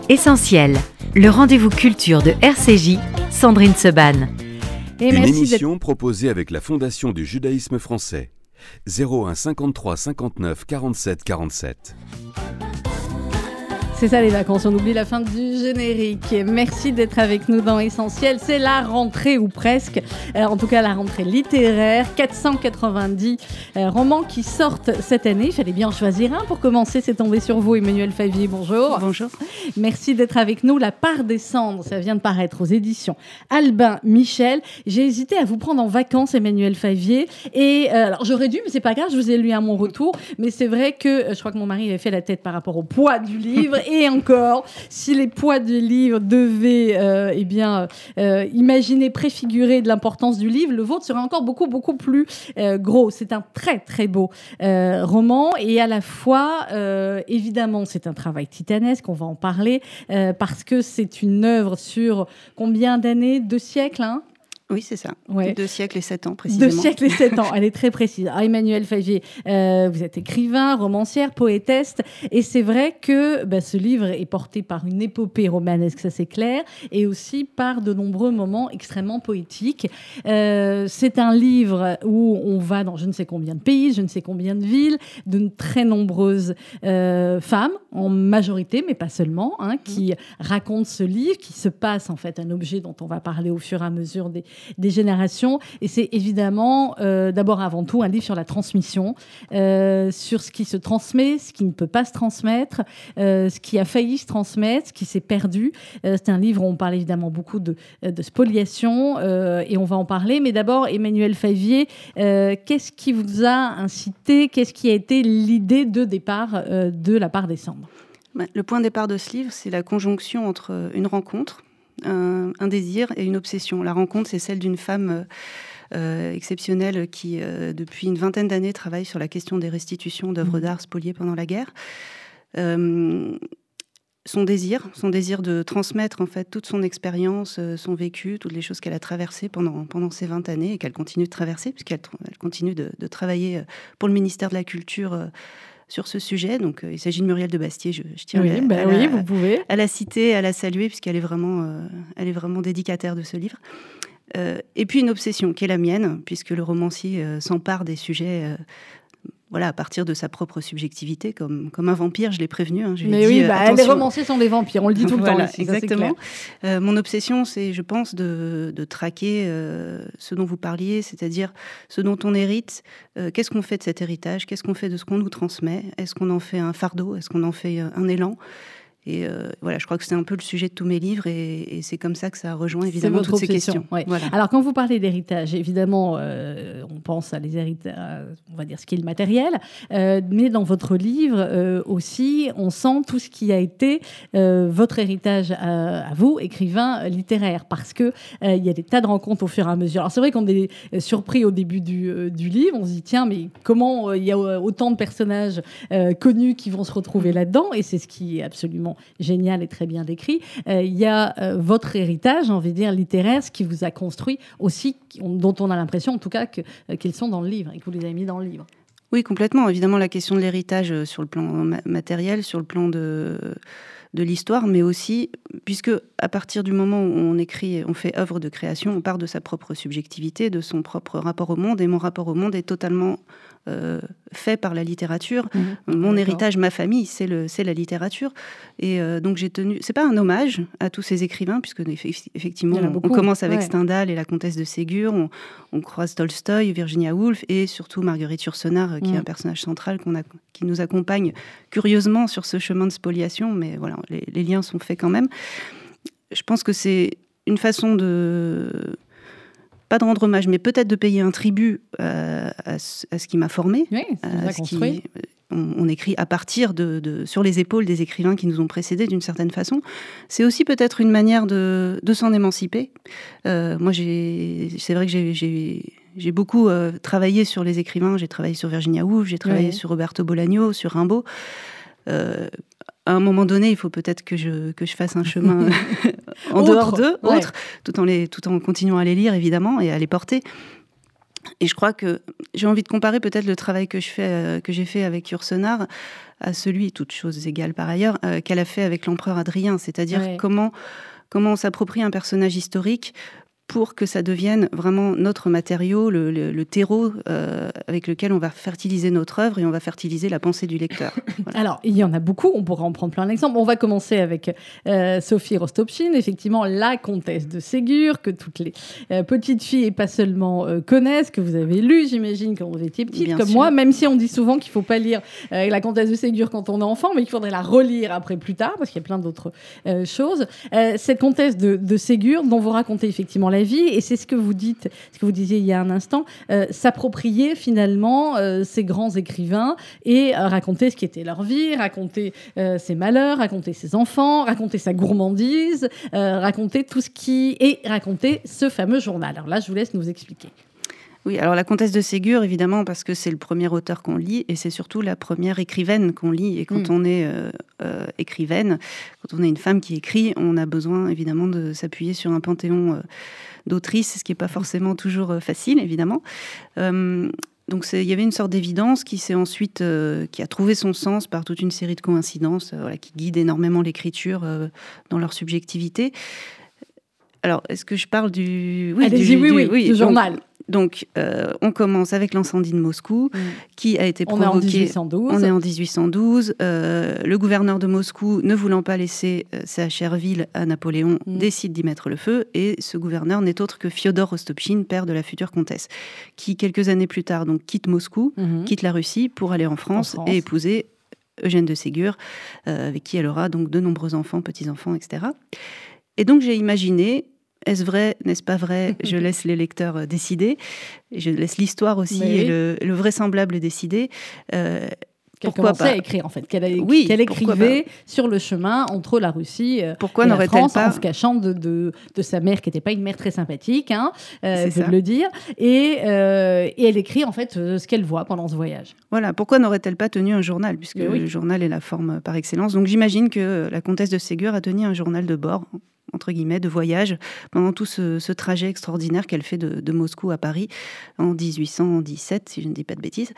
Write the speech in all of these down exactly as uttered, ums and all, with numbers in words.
Essentiel, le rendez-vous culture de R C J, Sandrine Seban. Et Une émission d'être... proposée avec la Fondation du judaïsme français. zéro un cinquante-trois cinquante-neuf quarante-sept quarante-sept. C'est ça les vacances, on oublie la fin du générique. Merci d'être avec nous dans Essentiel. C'est la rentrée ou presque, euh, en tout cas la rentrée littéraire. quatre cent quatre-vingt-dix euh, romans qui sortent cette année. Il fallait bien en choisir un pour commencer. C'est tombé sur vous, Emmanuelle Favier. Bonjour. Bonjour. Merci d'être avec nous. La part des cendres, ça vient de paraître aux éditions Albin Michel. J'ai hésité à vous prendre en vacances, Emmanuelle Favier. Et euh, alors j'aurais dû, mais c'est pas grave, je vous ai lu à mon retour. Mais c'est vrai que euh, je crois que mon mari avait fait la tête par rapport au poids du livre. Et encore, si les poids du livre devaient euh, eh bien, euh, imaginer, préfigurer de l'importance du livre, le vôtre serait encore beaucoup, beaucoup plus euh, gros. C'est un très, très beau euh, roman. Et à la fois, euh, évidemment, c'est un travail titanesque, on va en parler, euh, parce que c'est une œuvre sur combien d'années? Deux siècles, hein? Oui, c'est ça. Ouais. Deux siècles et sept ans, précisément. Deux siècles et sept ans, elle est très précise. Alors, Emmanuelle Favier, euh, vous êtes écrivain, romancière, poétesse, et c'est vrai que bah, ce livre est porté par une épopée romanesque, ça c'est clair, et aussi par de nombreux moments extrêmement poétiques. Euh, c'est un livre où on va dans je ne sais combien de pays, je ne sais combien de villes, de très nombreuses euh, femmes, en majorité, mais pas seulement, hein, qui mmh. racontent ce livre, qui se passe en fait un objet dont on va parler au fur et à mesure des des générations, et c'est évidemment euh, d'abord avant tout un livre sur la transmission, euh, sur ce qui se transmet, ce qui ne peut pas se transmettre, euh, ce qui a failli se transmettre, ce qui s'est perdu. Euh, c'est un livre où on parle évidemment beaucoup de, de spoliation, euh, et on va en parler, mais d'abord Emmanuelle Favier, euh, qu'est-ce qui vous a incité, qu'est-ce qui a été l'idée de départ euh, de La part des cendres? Le point de départ de ce livre, c'est la conjonction entre une rencontre, Un, un désir et une obsession. La rencontre, c'est celle d'une femme euh, exceptionnelle qui, euh, depuis une vingtaine d'années, travaille sur la question des restitutions d'œuvres mmh. d'art spoliées pendant la guerre. Euh, son désir, son désir de transmettre en fait toute son expérience, euh, son vécu, toutes les choses qu'elle a traversées pendant, pendant ces vingt années et qu'elle continue de traverser, puisqu'elle elle continue de, de travailler pour le ministère de la Culture euh, sur ce sujet. Donc, euh, il s'agit de Muriel de Bastier. Je, je tiens oui, à, bah à, oui, la, vous pouvez. à la citer, à la saluer, puisqu'elle est vraiment, euh, elle est vraiment dédicataire de ce livre. Euh, et puis, une obsession qui est la mienne, puisque le romancier euh, s'empare des sujets euh, voilà, à partir de sa propre subjectivité, comme, comme un vampire, je l'ai prévenu. Hein, je Mais lui ai oui, dit, bah, euh, les romanciers sont des vampires, on le dit tout voilà, le temps. Ici, exactement. Ça, euh, mon obsession, c'est, je pense, de, de traquer euh, ce dont vous parliez, c'est-à-dire ce dont on hérite. Euh, qu'est-ce qu'on fait de cet héritage? Qu'est-ce qu'on fait de ce qu'on nous transmet? Est-ce qu'on en fait un fardeau? Est-ce qu'on en fait un élan? Et euh, voilà, je crois que c'est un peu le sujet de tous mes livres, et, et c'est comme ça que ça rejoint évidemment toutes ces questions. Ouais. Voilà. Alors, quand vous parlez d'héritage, évidemment, euh, on pense à les héritages, on va dire ce qui est le matériel, euh, mais dans votre livre euh, aussi, on sent tout ce qui a été euh, votre héritage à, à vous, écrivain littéraire, parce que euh, il y a des tas de rencontres au fur et à mesure. Alors, c'est vrai qu'on est surpris au début du, euh, du livre, on se dit tiens, mais comment il euh, y a autant de personnages euh, connus qui vont se retrouver là-dedans, et c'est ce qui est absolument génial et très bien décrit. Il euh, y a euh, votre héritage, j'ai envie de dire, littéraire, ce qui vous a construit aussi, dont on a l'impression en tout cas que, euh, qu'ils sont dans le livre et que vous les avez mis dans le livre. Oui, complètement. Évidemment, la question de l'héritage sur le plan ma- matériel, sur le plan de, de l'histoire, mais aussi, puisque à partir du moment où on écrit, on fait œuvre de création, on part de sa propre subjectivité, de son propre rapport au monde, et mon rapport au monde est totalement euh, fait par la littérature. Mmh, mon d'accord. héritage, ma famille, c'est, le, c'est la littérature. Et euh, donc j'ai tenu... C'est pas un hommage à tous ces écrivains, puisque effectivement, on commence avec ouais. Stendhal et la comtesse de Ségur, on, on croise Tolstoï, Virginia Woolf, et surtout Marguerite Yourcenar, qui mmh. est un personnage central qu'on a, qui nous accompagne curieusement sur ce chemin de spoliation, mais voilà, les, les liens sont faits quand même. Je pense que c'est une façon de... pas de rendre hommage, mais peut-être de payer un tribut euh, à, ce, à ce qui m'a formé. Oui, à ce qui, on, on écrit à partir de, de, sur les épaules des écrivains qui nous ont précédés d'une certaine façon. C'est aussi peut-être une manière de, de s'en émanciper. Euh, moi, j'ai, c'est vrai que j'ai, j'ai, j'ai beaucoup euh, travaillé sur les écrivains. J'ai travaillé sur Virginia Woolf, j'ai travaillé oui. sur Roberto Bolaño, sur Rimbaud. Euh, à un moment donné, il faut peut-être que je, que je fasse un chemin en dehors d'eux, ouais. autre, tout en, les, tout en continuant à les lire, évidemment, et à les porter. Et je crois que j'ai envie de comparer peut-être le travail que, je fais, euh, que j'ai fait avec Yourcenar à celui, toutes choses égales par ailleurs, euh, qu'elle a fait avec l'empereur Adrien. C'est-à-dire ouais. comment, comment on s'approprie un personnage historique pour que ça devienne vraiment notre matériau, le, le, le terreau euh, avec lequel on va fertiliser notre œuvre et on va fertiliser la pensée du lecteur. Voilà. Alors, il y en a beaucoup, on pourra en prendre plein d'exemples. On va commencer avec euh, Sophie Rostopchine, effectivement, la comtesse de Ségur, que toutes les euh, petites filles, et pas seulement, euh, connaissent, que vous avez lu, j'imagine, quand vous étiez petite, Bien comme sûr. Moi, même si on dit souvent qu'il ne faut pas lire euh, la comtesse de Ségur quand on est enfant, mais qu'il faudrait la relire après plus tard, parce qu'il y a plein d'autres euh, choses. Euh, cette comtesse de, de Ségur, dont vous racontez effectivement la vie, et c'est ce que vous dites, ce que vous disiez il y a un instant, euh, s'approprier finalement euh, ces grands écrivains et euh, raconter ce qui était leur vie, raconter euh, ses malheurs, raconter ses enfants, raconter sa gourmandise, euh, raconter tout ce qui... et raconter ce fameux journal. Alors là, je vous laisse nous expliquer. Oui, alors la comtesse de Ségur, évidemment, parce que c'est le premier auteur qu'on lit, et c'est surtout la première écrivaine qu'on lit. Et quand mmh. on est euh, euh, écrivaine, quand on est une femme qui écrit, on a besoin, évidemment, de s'appuyer sur un panthéon euh, d'autrices, ce qui n'est pas forcément toujours euh, facile, évidemment. Euh, donc il y avait une sorte d'évidence qui s'est ensuite, euh, qui a trouvé son sens par toute une série de coïncidences, euh, voilà, qui guident énormément l'écriture euh, dans leur subjectivité. Alors, est-ce que je parle du... Oui, Allez-y, du, oui, du, oui, oui, du journal. Donc, Donc, euh, on commence avec l'incendie de Moscou, mmh. qui a été provoqué... On est en dix-huit cent douze. On est en dix-huit cent douze. Euh, le gouverneur de Moscou, ne voulant pas laisser euh, sa chère ville à Napoléon, mmh. décide d'y mettre le feu. Et ce gouverneur n'est autre que Fiodor Rostopchine, père de la future comtesse, qui, quelques années plus tard, donc, quitte Moscou, mmh. quitte la Russie pour aller en France, en France. et épouser Eugène de Ségur, euh, avec qui elle aura donc de nombreux enfants, petits-enfants, et cetera. Et donc, j'ai imaginé... Est-ce vrai, n'est-ce pas vrai ? Je laisse les lecteurs décider. Je laisse l'histoire aussi oui. et le, le vraisemblable décider. Euh, qu'elle commençait à écrire, en fait. Qu'elle, a, oui, qu'elle écrivait sur le chemin entre la Russie pourquoi et la France, pas... en se cachant de, de, de sa mère, qui n'était pas une mère très sympathique, hein, euh, de le dire. Et, euh, et elle écrit, en fait, ce qu'elle voit pendant ce voyage. Voilà. Pourquoi n'aurait-elle pas tenu un journal ? Puisque oui. le journal est la forme par excellence. Donc, j'imagine que la comtesse de Ségur a tenu un journal de bord, entre guillemets, de voyage, pendant tout ce, ce trajet extraordinaire qu'elle fait de, de Moscou à Paris en dix-huit cent dix-sept, si je ne dis pas de bêtises.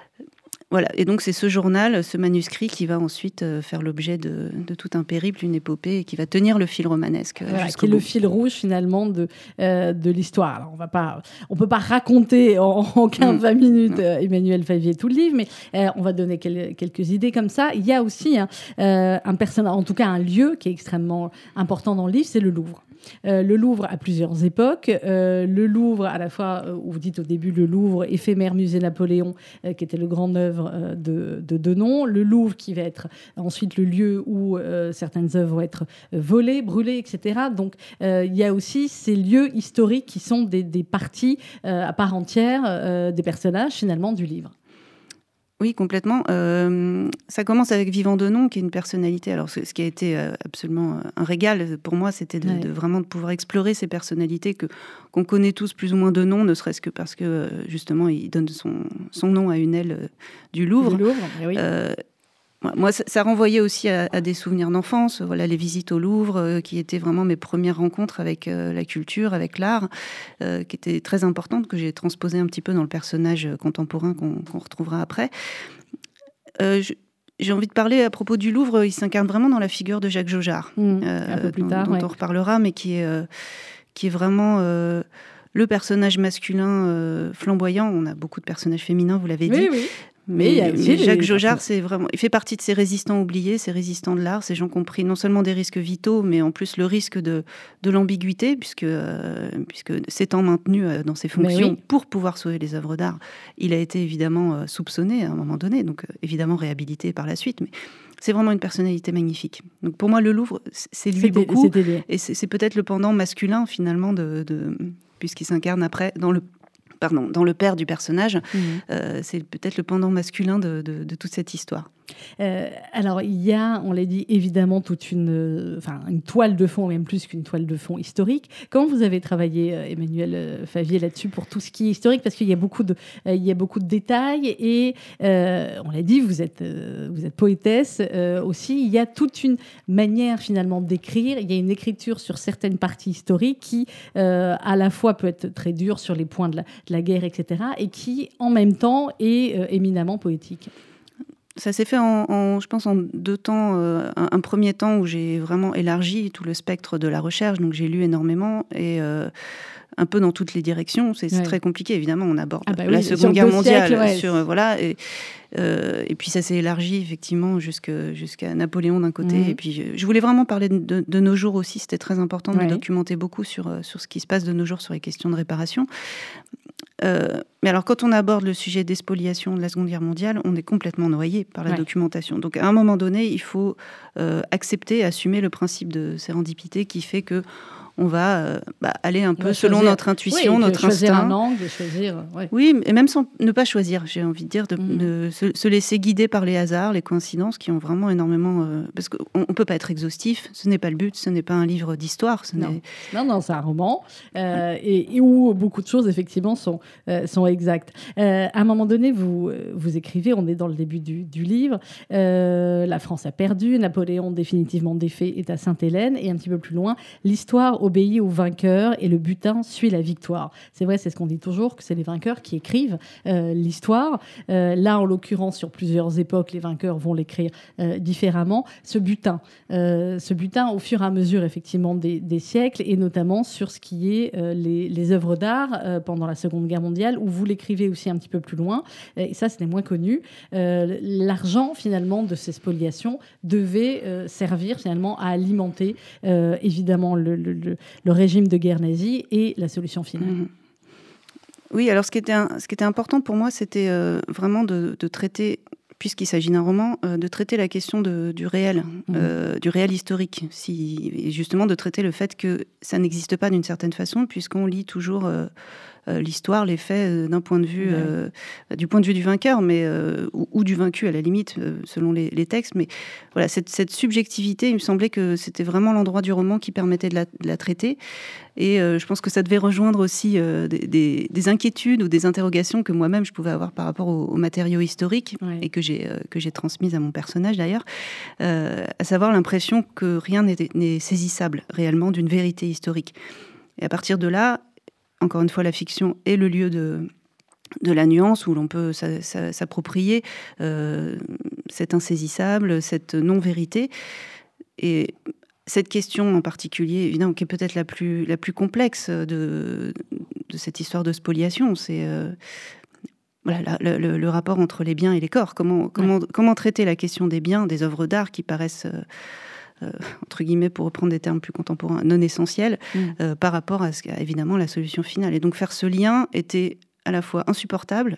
Voilà, et donc c'est ce journal, ce manuscrit qui va ensuite faire l'objet de, de tout un périple, une épopée, et qui va tenir le fil romanesque. Voilà, qui est bout. Le fil rouge finalement de, euh, de l'histoire. Alors on va pas, on peut pas raconter en, en quinze vingt mmh. minutes euh, Emmanuel Favier tout le livre, mais euh, on va donner quel, quelques idées comme ça. Il y a aussi hein, euh, un personnage, en tout cas un lieu qui est extrêmement important dans le livre, c'est le Louvre. Euh, le Louvre à plusieurs époques. Euh, le Louvre, à la fois, euh, vous dites au début le Louvre, éphémère musée Napoléon, euh, qui était le grand œuvre euh, de, de Denon. Le Louvre qui va être ensuite le lieu où euh, certaines œuvres vont être volées, brûlées, et cetera. Donc euh, il y a aussi ces lieux historiques qui sont des, des parties euh, à part entière euh, des personnages finalement du livre. Oui, complètement. Euh, ça commence avec Vivant Denon, qui est une personnalité. Alors, ce, ce qui a été euh, absolument un régal pour moi, c'était de, ouais. de vraiment de pouvoir explorer ces personnalités que qu'on connaît tous plus ou moins de nom, ne serait-ce que parce que justement, il donne son son nom à une aile euh, du Louvre. Du Louvre, oui. Euh, Moi, ça, ça renvoyait aussi à, à des souvenirs d'enfance. Voilà, les visites au Louvre, euh, qui étaient vraiment mes premières rencontres avec euh, la culture, avec l'art, euh, qui étaient très importantes, que j'ai transposées un petit peu dans le personnage contemporain qu'on, qu'on retrouvera après. Euh, je, j'ai envie de parler à propos du Louvre. Il s'incarne vraiment dans la figure de Jacques Jaujard, mmh, euh, un peu plus dont, tard, dont ouais. on reparlera, mais qui est, euh, qui est vraiment... Euh, le personnage masculin euh, flamboyant. On a beaucoup de personnages féminins, vous l'avez dit. Oui, oui. Mais, mais, mais Jacques Jaujard, c'est vraiment, il fait partie de ces résistants oubliés, ces résistants de l'art, ces gens qui ont pris non seulement des risques vitaux, mais en plus le risque de, de l'ambiguïté, puisque, euh, puisque s'étant maintenu euh, dans ses fonctions oui. pour pouvoir sauver les œuvres d'art, il a été évidemment euh, soupçonné à un moment donné, donc euh, évidemment réhabilité par la suite, mais c'est vraiment une personnalité magnifique. Donc pour moi, le Louvre, c'est lui c'était, beaucoup, c'était et c'est, c'est peut-être le pendant masculin finalement, de, de, puisqu'il s'incarne après dans le Pardon, dans le père du personnage, mmh. euh, c'est peut-être le pendant masculin de, de, de toute cette histoire. Euh, alors, il y a, on l'a dit, évidemment, toute une, euh, enfin, une toile de fond, même plus qu'une toile de fond historique. Comment vous avez travaillé, euh, Emmanuel euh, Favier, là-dessus, pour tout ce qui est historique? Parce qu'il y a beaucoup de, euh, il y a beaucoup de détails et, euh, on l'a dit, vous êtes, euh, vous êtes poétesse euh, aussi. Il y a toute une manière, finalement, d'écrire. Il y a une écriture sur certaines parties historiques qui, euh, à la fois, peut être très dure sur les points de la, de la guerre, et cetera, et qui, en même temps, est euh, éminemment poétique. Ça s'est fait, en, en, je pense, en deux temps. Euh, un, un premier temps où j'ai vraiment élargi tout le spectre de la recherche, donc j'ai lu énormément et euh, un peu dans toutes les directions. C'est, c'est ouais. très compliqué, évidemment. On aborde ah bah la oui, Seconde Guerre mondiale, siècles, ouais. sur euh, voilà. Et, euh, et puis ça s'est élargi effectivement jusque, jusqu'à Napoléon d'un côté. Mmh. Et puis je, je voulais vraiment parler de, de, de nos jours aussi. C'était très important de ouais. documenter beaucoup sur sur ce qui se passe de nos jours sur les questions de réparation. Euh, mais alors, quand on aborde le sujet des spoliations de la Seconde Guerre mondiale, on est complètement noyé par la ouais. documentation. Donc, à un moment donné, il faut euh, accepter, assumer le principe de sérendipité qui fait que on va euh, bah, aller un on peu selon choisir. notre intuition, oui, notre choisir instinct. Un angle, choisir, ouais. Oui, et même sans ne pas choisir, j'ai envie de dire, de, mmh. de se, se laisser guider par les hasards, les coïncidences qui ont vraiment énormément... Euh, parce qu'on ne peut pas être exhaustif, ce n'est pas le but, ce n'est pas un livre d'histoire. Ce non. N'est... non, non, c'est un roman, euh, et, et où beaucoup de choses, effectivement, sont, euh, sont exactes. Euh, à un moment donné, vous, vous écrivez, on est dans le début du, du livre, euh, la France a perdu, Napoléon définitivement défait est à Sainte-Hélène, et un petit peu plus loin, l'histoire obéit aux vainqueurs et le butin suit la victoire. C'est vrai, c'est ce qu'on dit toujours, que c'est les vainqueurs qui écrivent euh, l'histoire. Euh, là, en l'occurrence, sur plusieurs époques, les vainqueurs vont l'écrire euh, différemment. Ce butin, euh, ce butin, au fur et à mesure, effectivement, des, des siècles, et notamment sur ce qui est euh, les, les œuvres d'art euh, pendant la Seconde Guerre mondiale, où vous l'écrivez aussi un petit peu plus loin, et ça, ce n'est moins connu. Euh, l'argent, finalement, de ces spoliations devait euh, servir, finalement, à alimenter, euh, évidemment, le, le, le le régime de guerre nazi et la solution finale. Mmh. Oui, alors ce qui était, un, ce qui était important pour moi, c'était euh, vraiment de, de traiter, puisqu'il s'agit d'un roman, euh, de traiter la question de, du réel, mmh. euh, du réel historique, si, et justement de traiter le fait que ça n'existe pas d'une certaine façon, puisqu'on lit toujours... Euh, Euh, l'histoire, les faits euh, d'un point de vue, euh, ouais. du point de vue du vainqueur, mais euh, ou, ou du vaincu à la limite, euh, selon les, les textes. Mais voilà, cette, cette subjectivité, il me semblait que c'était vraiment l'endroit du roman qui permettait de la, de la traiter. Et euh, je pense que ça devait rejoindre aussi euh, des, des, des inquiétudes ou des interrogations que moi-même je pouvais avoir par rapport aux, aux matériaux historiques ouais. et que j'ai euh, que j'ai transmises à mon personnage d'ailleurs, euh, à savoir l'impression que rien n'est, n'est saisissable réellement d'une vérité historique. Et à partir de là, encore une fois, la fiction est le lieu de, de la nuance où l'on peut s'a, s'a, s'approprier euh, cet insaisissable, cette non-vérité. Et cette question en particulier, évidemment, qui est peut-être la plus, la plus complexe de, de cette histoire de spoliation, c'est euh, voilà, la, le, le rapport entre les biens et les corps. Comment, comment, ouais. comment traiter la question des biens, des œuvres d'art qui paraissent... Euh, Euh, entre guillemets, pour reprendre des termes plus contemporains, non essentiels, mmh. euh, par rapport à, ce, à, évidemment, la solution finale. Et donc, faire ce lien était à la fois insupportable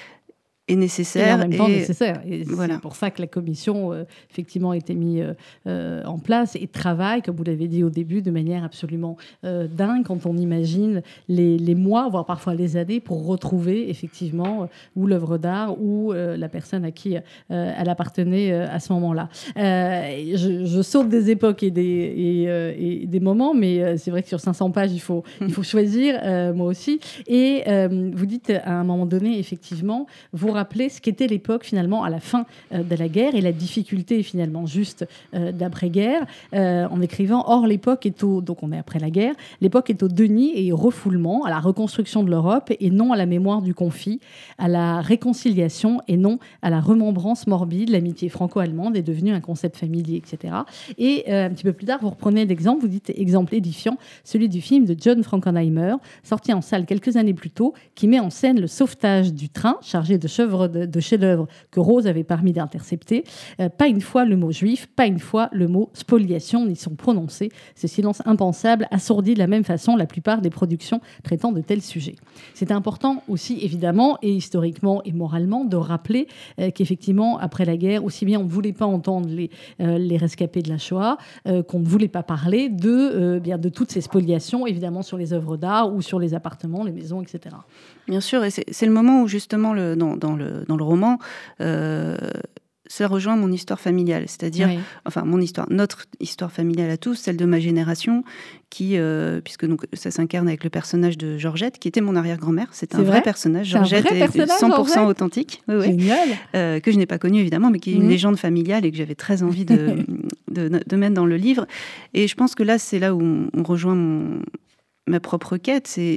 et nécessaire. Et en même temps et nécessaire. Et voilà. C'est pour ça que la commission, euh, effectivement, a été mise euh, en place et travaille, comme vous l'avez dit au début, de manière absolument euh, dingue, quand on imagine les, les mois, voire parfois les années, pour retrouver, effectivement, euh, ou l'œuvre d'art, ou euh, la personne à qui euh, elle appartenait euh, à ce moment-là. Euh, je, je saute des époques et des, et, euh, et des moments, mais euh, c'est vrai que sur cinq cents pages, il faut, il faut choisir, euh, moi aussi. Et euh, vous dites, à un moment donné, effectivement, vous rappeler ce qu'était l'époque finalement à la fin euh, de la guerre et la difficulté finalement juste euh, d'après-guerre euh, en écrivant « Or l'époque est au... » donc on est après la guerre, l'époque est au déni et au refoulement, à la reconstruction de l'Europe et non à la mémoire du conflit, à la réconciliation et non à la remembrance morbide. L'amitié franco-allemande est devenue un concept familier, et cetera. Et euh, un petit peu plus tard, vous reprenez d'exemple, vous dites exemple édifiant, celui du film de John Frankenheimer, sorti en salle quelques années plus tôt, qui met en scène le sauvetage du train chargé de chevaux de, de chef-d'œuvre que Rose avait permis d'intercepter. Euh, pas une fois le mot juif, pas une fois le mot spoliation n'y sont prononcés. Ce silence impensable assourdit de la même façon la plupart des productions traitant de tels sujets. C'est important aussi, évidemment, et historiquement et moralement, de rappeler euh, qu'effectivement, après la guerre, aussi bien on ne voulait pas entendre les, euh, les rescapés de la Shoah, euh, qu'on ne voulait pas parler de, euh, bien, de toutes ces spoliations, évidemment, sur les œuvres d'art ou sur les appartements, les maisons, et cetera. Bien sûr, et c'est, c'est le moment où justement, le, dans, dans, le, dans le roman, euh, ça rejoint mon histoire familiale, c'est-à-dire, oui. enfin mon histoire, notre histoire familiale à tous, celle de ma génération, qui, euh, puisque donc ça s'incarne avec le personnage de Georgette, qui était mon arrière-grand-mère. C'est, c'est un vrai, vrai personnage. Georgette est personnage, cent pour cent authentique, oui, oui. Génial. Euh, que je n'ai pas connu évidemment, mais qui est une mmh. légende familiale et que j'avais très envie de, de, de, de mettre dans le livre. Et je pense que là, c'est là où on, on rejoint mon, ma propre quête. C'est,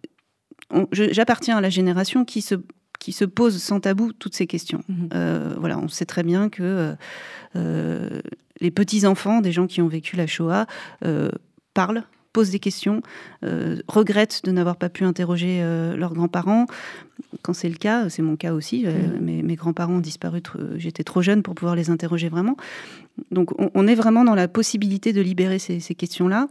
on, je, j'appartiens à la génération qui se qui se pose sans tabou toutes ces questions. Mmh. Euh, voilà, on sait très bien que euh, les petits-enfants des gens qui ont vécu la Shoah euh, parlent, posent des questions, euh, regrettent de n'avoir pas pu interroger euh, leurs grands-parents. Quand c'est le cas, c'est mon cas aussi, euh, mmh. mes, mes grands-parents ont disparu, tr- j'étais trop jeune pour pouvoir les interroger vraiment. Donc on, on est vraiment dans la possibilité de libérer ces, ces questions-là,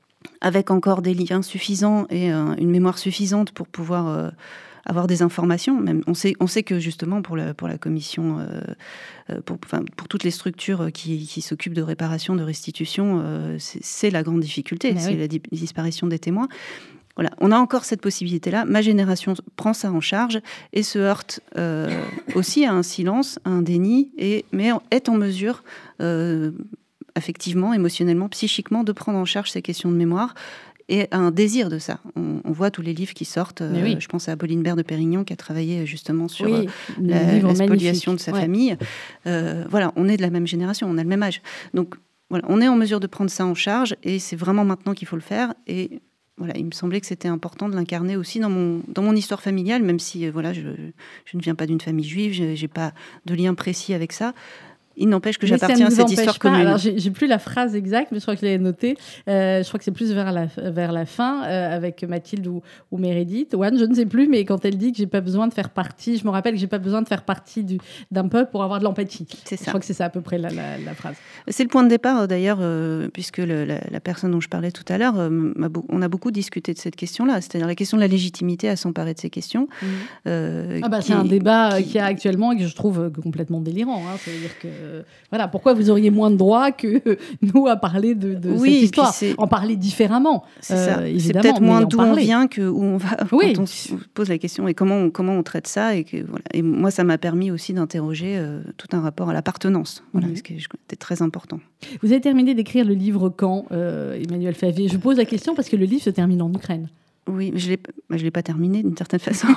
avec encore des liens suffisants et euh, une mémoire suffisante pour pouvoir... Euh, avoir des informations. Même, on sait, on sait que justement pour la, pour la commission, euh, pour, enfin, pour toutes les structures qui, qui s'occupent de réparation, de restitution, euh, c'est, c'est la grande difficulté, Mais c'est oui. la di- disparition des témoins. Voilà, on a encore cette possibilité-là. Ma génération prend ça en charge et se heurte euh, aussi à un silence, à un déni, et, mais est en mesure... Euh, affectivement, émotionnellement, psychiquement, de prendre en charge ces questions de mémoire et un désir de ça. On, on voit tous les livres qui sortent. Euh, oui. Je pense à Pauline Bert de Pérignon qui a travaillé justement sur oui, euh, la, la spoliation de sa ouais. famille. Euh, voilà, on est de la même génération, on a le même âge. Donc voilà, on est en mesure de prendre ça en charge et c'est vraiment maintenant qu'il faut le faire. Et voilà, il me semblait que c'était important de l'incarner aussi dans mon, dans mon histoire familiale, même si euh, voilà, je, je ne viens pas d'une famille juive, je n'ai pas de lien précis avec ça. Il n'empêche que mais j'appartiens à cette histoire pas. commune. Alors, j'ai, j'ai plus la phrase exacte, mais je crois que je l'ai notée. Euh, je crois que c'est plus vers la, vers la fin, euh, avec Mathilde ou, ou Meredith. Ou Anne, je ne sais plus, mais quand elle dit que j'ai pas besoin de faire partie, je me rappelle que j'ai pas besoin de faire partie du, d'un peuple pour avoir de l'empathie. C'est ça. Je crois que c'est ça à peu près la, la, la phrase. C'est le point de départ, d'ailleurs, euh, puisque le, la, la personne dont je parlais tout à l'heure, euh, m'a be- on a beaucoup discuté de cette question-là, c'est-à-dire la question de la légitimité à s'emparer de ces questions. Mmh. Euh, ah bah, qui, c'est un débat qui... qu'il y a actuellement et que je trouve complètement délirant. Hein. C'est-à-dire que, voilà, pourquoi vous auriez moins de droits que nous à parler de, de oui, cette histoire, en parler différemment. C'est euh, ça. C'est peut-être moins d'où on vient que où on va oui. quand on se pose la question et comment on, comment on traite ça. Et, que, voilà. et moi, ça m'a permis aussi d'interroger euh, tout un rapport à l'appartenance, voilà, mmh. ce qui était très important. Vous avez terminé d'écrire le livre quand, euh, Emmanuel Favier ? Je pose la question parce que le livre se termine en Ukraine. Oui, je l'ai, bah, je l'ai pas terminé d'une certaine façon.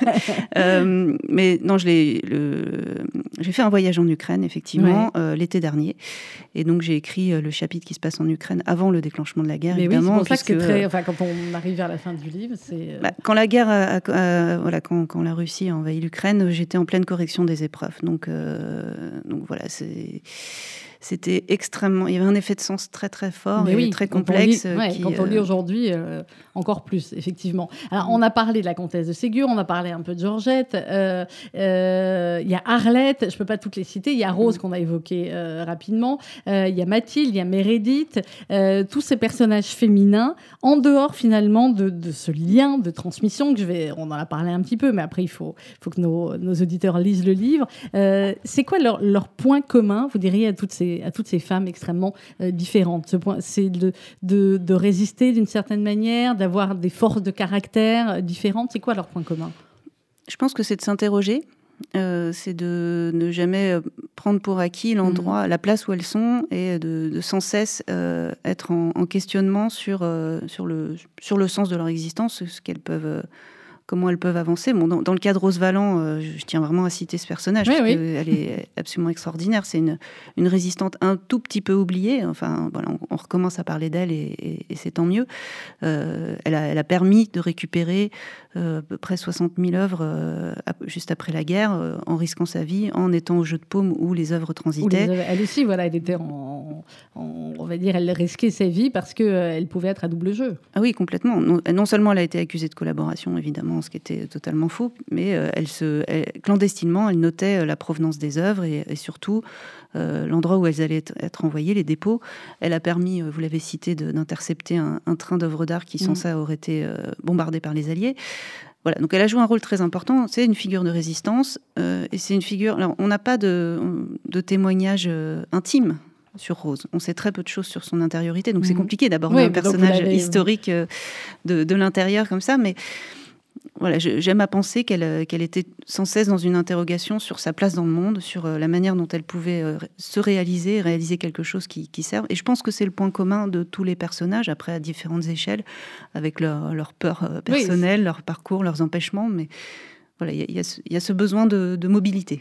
euh, mais non, je l'ai. Le, j'ai fait un voyage en Ukraine effectivement ouais. euh, l'été dernier, et donc j'ai écrit euh, le chapitre qui se passe en Ukraine avant le déclenchement de la guerre. Mais évidemment, oui, c'est pour ça que c'est très. Enfin, quand on arrive vers la fin du livre, c'est. Euh... Bah, quand la guerre, a, a, a, voilà, quand, quand la Russie a envahi l'Ukraine, j'étais en pleine correction des épreuves. Donc, euh, donc voilà, c'est. C'était extrêmement... Il y avait un effet de sens très, très fort Mais et oui, très complexe. Quand on lit, ouais, qui, quand on lit aujourd'hui, euh, encore plus, effectivement. Alors, on a parlé de la comtesse de Ségur, on a parlé un peu de Georgette. Il euh, euh, y a Arlette, je ne peux pas toutes les citer. Il y a Rose, qu'on a évoqué euh, rapidement. Il euh, y a Mathilde, il y a Meredith. Euh, tous ces personnages féminins, en dehors, finalement, de, de ce lien de transmission, que je vais... On en a parlé un petit peu, mais après, il faut, faut que nos, nos auditeurs lisent le livre. Euh, c'est quoi leur, leur point commun, vous diriez, à toutes ces à toutes ces femmes extrêmement euh, différentes. Ce point, c'est de, de, de résister d'une certaine manière, d'avoir des forces de caractère différentes. C'est quoi leur point commun ? Je pense que c'est de s'interroger, euh, c'est de ne jamais prendre pour acquis l'endroit, mmh. la place où elles sont, et de, de sans cesse euh, être en, en questionnement sur, euh, sur, le, sur le sens de leur existence, ce qu'elles peuvent... Euh, comment elles peuvent avancer. Bon, dans, dans le cas de Rose Valland, euh, je tiens vraiment à citer ce personnage, oui, parce oui. qu'elle est absolument extraordinaire. C'est une, une résistante un tout petit peu oubliée. Enfin, voilà, on, on recommence à parler d'elle et, et, et c'est tant mieux. Euh, elle, a, elle a permis de récupérer euh, à peu près soixante mille œuvres euh, juste après la guerre, euh, en risquant sa vie, en étant au Jeu de Paume où les œuvres transitaient. Les œuvres, elle aussi, voilà, elle était en, en, on va dire, elle risquait sa vie parce qu'elle euh, pouvait être à double jeu. Ah oui, complètement. Non, non seulement elle a été accusée de collaboration, évidemment, ce qui était totalement faux, mais euh, elle se, elle, clandestinement, elle notait euh, la provenance des œuvres et, et surtout euh, l'endroit où elles allaient être, être envoyées, les dépôts. Elle a permis, euh, vous l'avez cité, de, d'intercepter un, un train d'œuvres d'art qui, sans mmh. ça, aurait été euh, bombardé par les Alliés. Voilà, donc elle a joué un rôle très important. C'est une figure de résistance euh, et c'est une figure... Alors, on n'a pas de, de témoignage euh, intime sur Rose. On sait très peu de choses sur son intériorité, donc mmh. c'est compliqué d'aborder oui, un personnage historique euh, de, de l'intérieur comme ça, mais... voilà, je, j'aime à penser qu'elle, qu'elle était sans cesse dans une interrogation sur sa place dans le monde, sur la manière dont elle pouvait se réaliser, réaliser quelque chose qui, qui serve. Et je pense que c'est le point commun de tous les personnages, après à différentes échelles, avec leur, leur peur personnelle, oui, leur parcours, leurs empêchements. Mais voilà, il y, y, y a ce besoin de, de mobilité.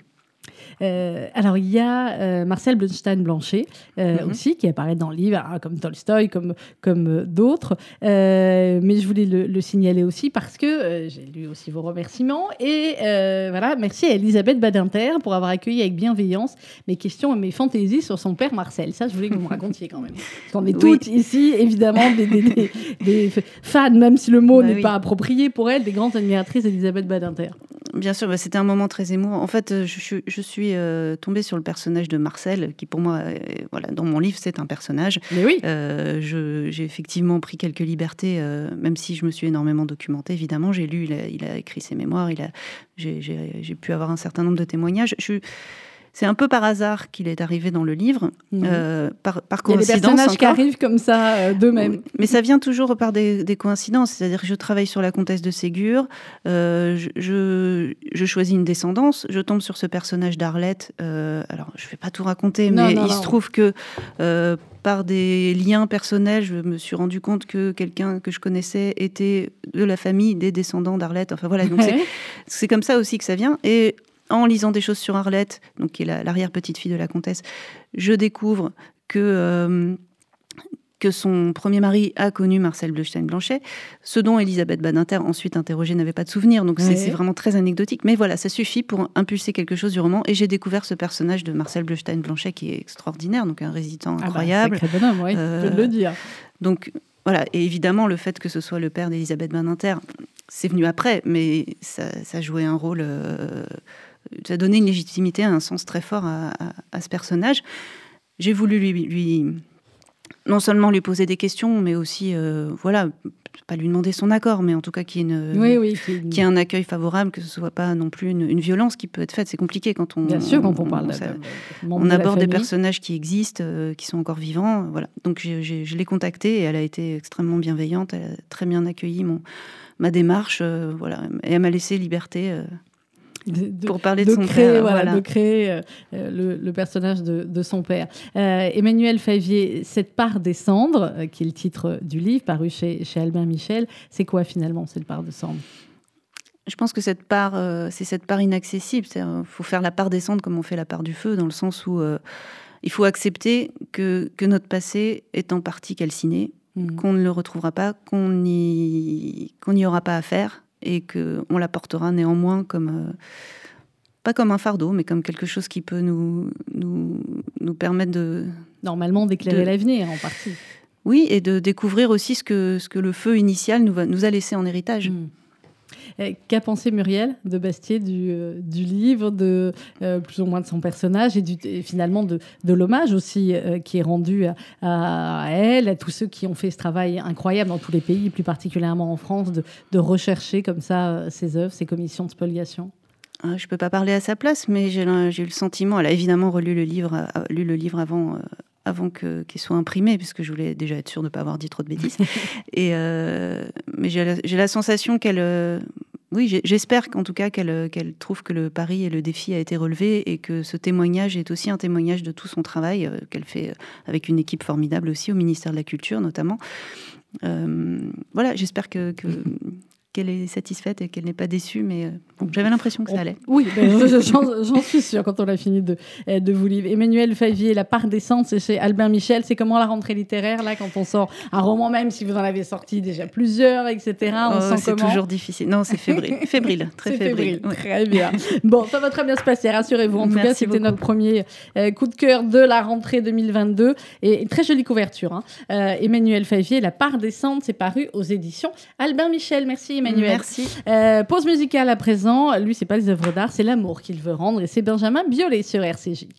Euh, alors, il y a euh, Marcel Bleustein-Blanchet euh, mm-hmm. aussi, qui apparaît dans le livre, hein, comme Tolstoï, comme, comme euh, d'autres. Euh, mais je voulais le, le signaler aussi parce que euh, j'ai lu aussi vos remerciements. Et euh, voilà, merci à Elisabeth Badinter pour avoir accueilli avec bienveillance mes questions et mes fantaisies sur son père Marcel. Ça, je voulais que vous me racontiez quand même. Parce qu'on est toutes oui. ici, évidemment, des, des, des, des fans, même si le mot bah n'est oui. pas approprié pour elle, des grandes admiratrices d'Elisabeth Badinter. Bien sûr, bah, c'était un moment très émouvant. En fait, je, je, je suis euh, tombée sur le personnage de Marcel, qui pour moi, euh, voilà, dans mon livre, c'est un personnage. Mais oui. Euh, je, j'ai effectivement pris quelques libertés, euh, même si je me suis énormément documentée, évidemment. J'ai lu, il a, il a écrit ses mémoires, il a, j'ai, j'ai, j'ai pu avoir un certain nombre de témoignages. Je, C'est un peu par hasard qu'il est arrivé dans le livre, mmh. euh, par, par coïncidence. Il y a des personnages encore. qui arrivent comme ça euh, d'eux-mêmes. Mais ça vient toujours par des, des coïncidences. C'est-à-dire que je travaille sur la comtesse de Ségur, euh, je, je, je choisis une descendance, je tombe sur ce personnage d'Arlette. Euh, alors, je ne vais pas tout raconter, non, mais non, il non. se trouve que euh, par des liens personnels, je me suis rendu compte que quelqu'un que je connaissais était de la famille des descendants d'Arlette. Enfin voilà, donc ouais. c'est, c'est comme ça aussi que ça vient. Et en lisant des choses sur Arlette, donc qui est la, l'arrière-petite-fille de la comtesse, je découvre que, euh, que son premier mari a connu Marcel Bleustein-Blanchet, ce dont Elisabeth Badinter, ensuite interrogée, n'avait pas de souvenir. Donc ouais. c'est, c'est vraiment très anecdotique. Mais voilà, ça suffit pour impulser quelque chose du roman. Et j'ai découvert ce personnage de Marcel Bleustein-Blanchet qui est extraordinaire, donc un résident incroyable. Ah bah, sacré bonhomme, oui, euh, je peux le dire. Donc voilà, et évidemment, le fait que ce soit le père d'Elisabeth Badinter, c'est venu après, mais ça, ça jouait un rôle... Euh, ça donnait une légitimité, un sens très fort à, à, à ce personnage. J'ai voulu lui, lui, non seulement lui poser des questions, mais aussi, euh, voilà, pas lui demander son accord, mais en tout cas qu'il y ait, une, oui, oui, qu'il y ait un accueil favorable, que ce soit pas non plus une, une violence qui peut être faite. C'est compliqué quand on... Bien sûr, quand on, on parle on, de, ça, de, de on aborde des personnages qui existent, euh, qui sont encore vivants. Voilà. Donc j'ai, j'ai, je l'ai contactée et elle a été extrêmement bienveillante. Elle a très bien accueilli mon, ma démarche. Euh, voilà. Et elle m'a laissé liberté... Euh, De, de, pour parler de, de son créer, père. Voilà, voilà. De créer euh, le, le personnage de, de son père. Euh, Emmanuel Favier, cette part des cendres, euh, qui est le titre du livre, paru chez, chez Albin Michel, c'est quoi finalement cette part de cendres ? Je pense que cette part, euh, c'est cette part inaccessible. Il faut faire la part des cendres comme on fait la part du feu, dans le sens où euh, il faut accepter que, que notre passé est en partie calciné, mmh. qu'on ne le retrouvera pas, qu'on n'y qu'on n'y aura pas à faire, et qu'on la portera néanmoins comme, euh, pas comme un fardeau, mais comme quelque chose qui peut nous, nous, nous permettre de... Normalement, d'éclairer de, l'avenir, en partie. Oui, et de découvrir aussi ce que, ce que le feu initial nous, va, nous a laissé en héritage. Mmh. Qu'a pensé Muriel de Bastier du, euh, du livre, de, euh, plus ou moins de son personnage, et, du, et finalement de, de l'hommage aussi euh, qui est rendu à, à elle, à tous ceux qui ont fait ce travail incroyable dans tous les pays, plus particulièrement en France, de, de rechercher comme ça euh, ses œuvres, ses commissions de spoliation? Je ne peux pas parler à sa place, mais j'ai, j'ai eu le sentiment, elle a évidemment relu le livre, a, lu le livre avant... Euh, avant que, qu'il soit imprimé, puisque je voulais déjà être sûre de ne pas avoir dit trop de bêtises. Et, euh, mais j'ai la, j'ai la sensation qu'elle... Euh, oui, j'espère qu'en tout cas qu'elle, qu'elle trouve que le pari et le défi a été relevé et que ce témoignage est aussi un témoignage de tout son travail euh, qu'elle fait avec une équipe formidable aussi, au ministère de la Culture notamment. Euh, voilà, j'espère que... que qu'elle est satisfaite et qu'elle n'est pas déçue, mais bon, j'avais l'impression que ça allait. Oui, ben, j'en, j'en suis sûre quand on a fini de, de vous lire. Emmanuel Favier, La part des cendres, c'est chez Albin Michel. C'est comment la rentrée littéraire, là, quand on sort un roman, même si vous en avez sorti déjà plusieurs, et cetera. On oh, sent c'est comment ? toujours difficile. Non, c'est fébrile, fébrile très c'est fébrile. fébrile. Ouais. Très bien. Bon, ça va très bien se passer, rassurez-vous. En tout Merci cas, c'était beaucoup. notre premier euh, coup de cœur de la rentrée deux mille vingt-deux. Et une très jolie couverture. Hein. Euh, Emmanuel Favier, La part des cendres, c'est paru aux éditions Albin Michel. Merci, Emmanuel. Merci. Euh, pause musicale à présent. Lui, c'est pas les œuvres d'art, c'est l'amour qu'il veut rendre. Et c'est Benjamin Biolay sur R C J.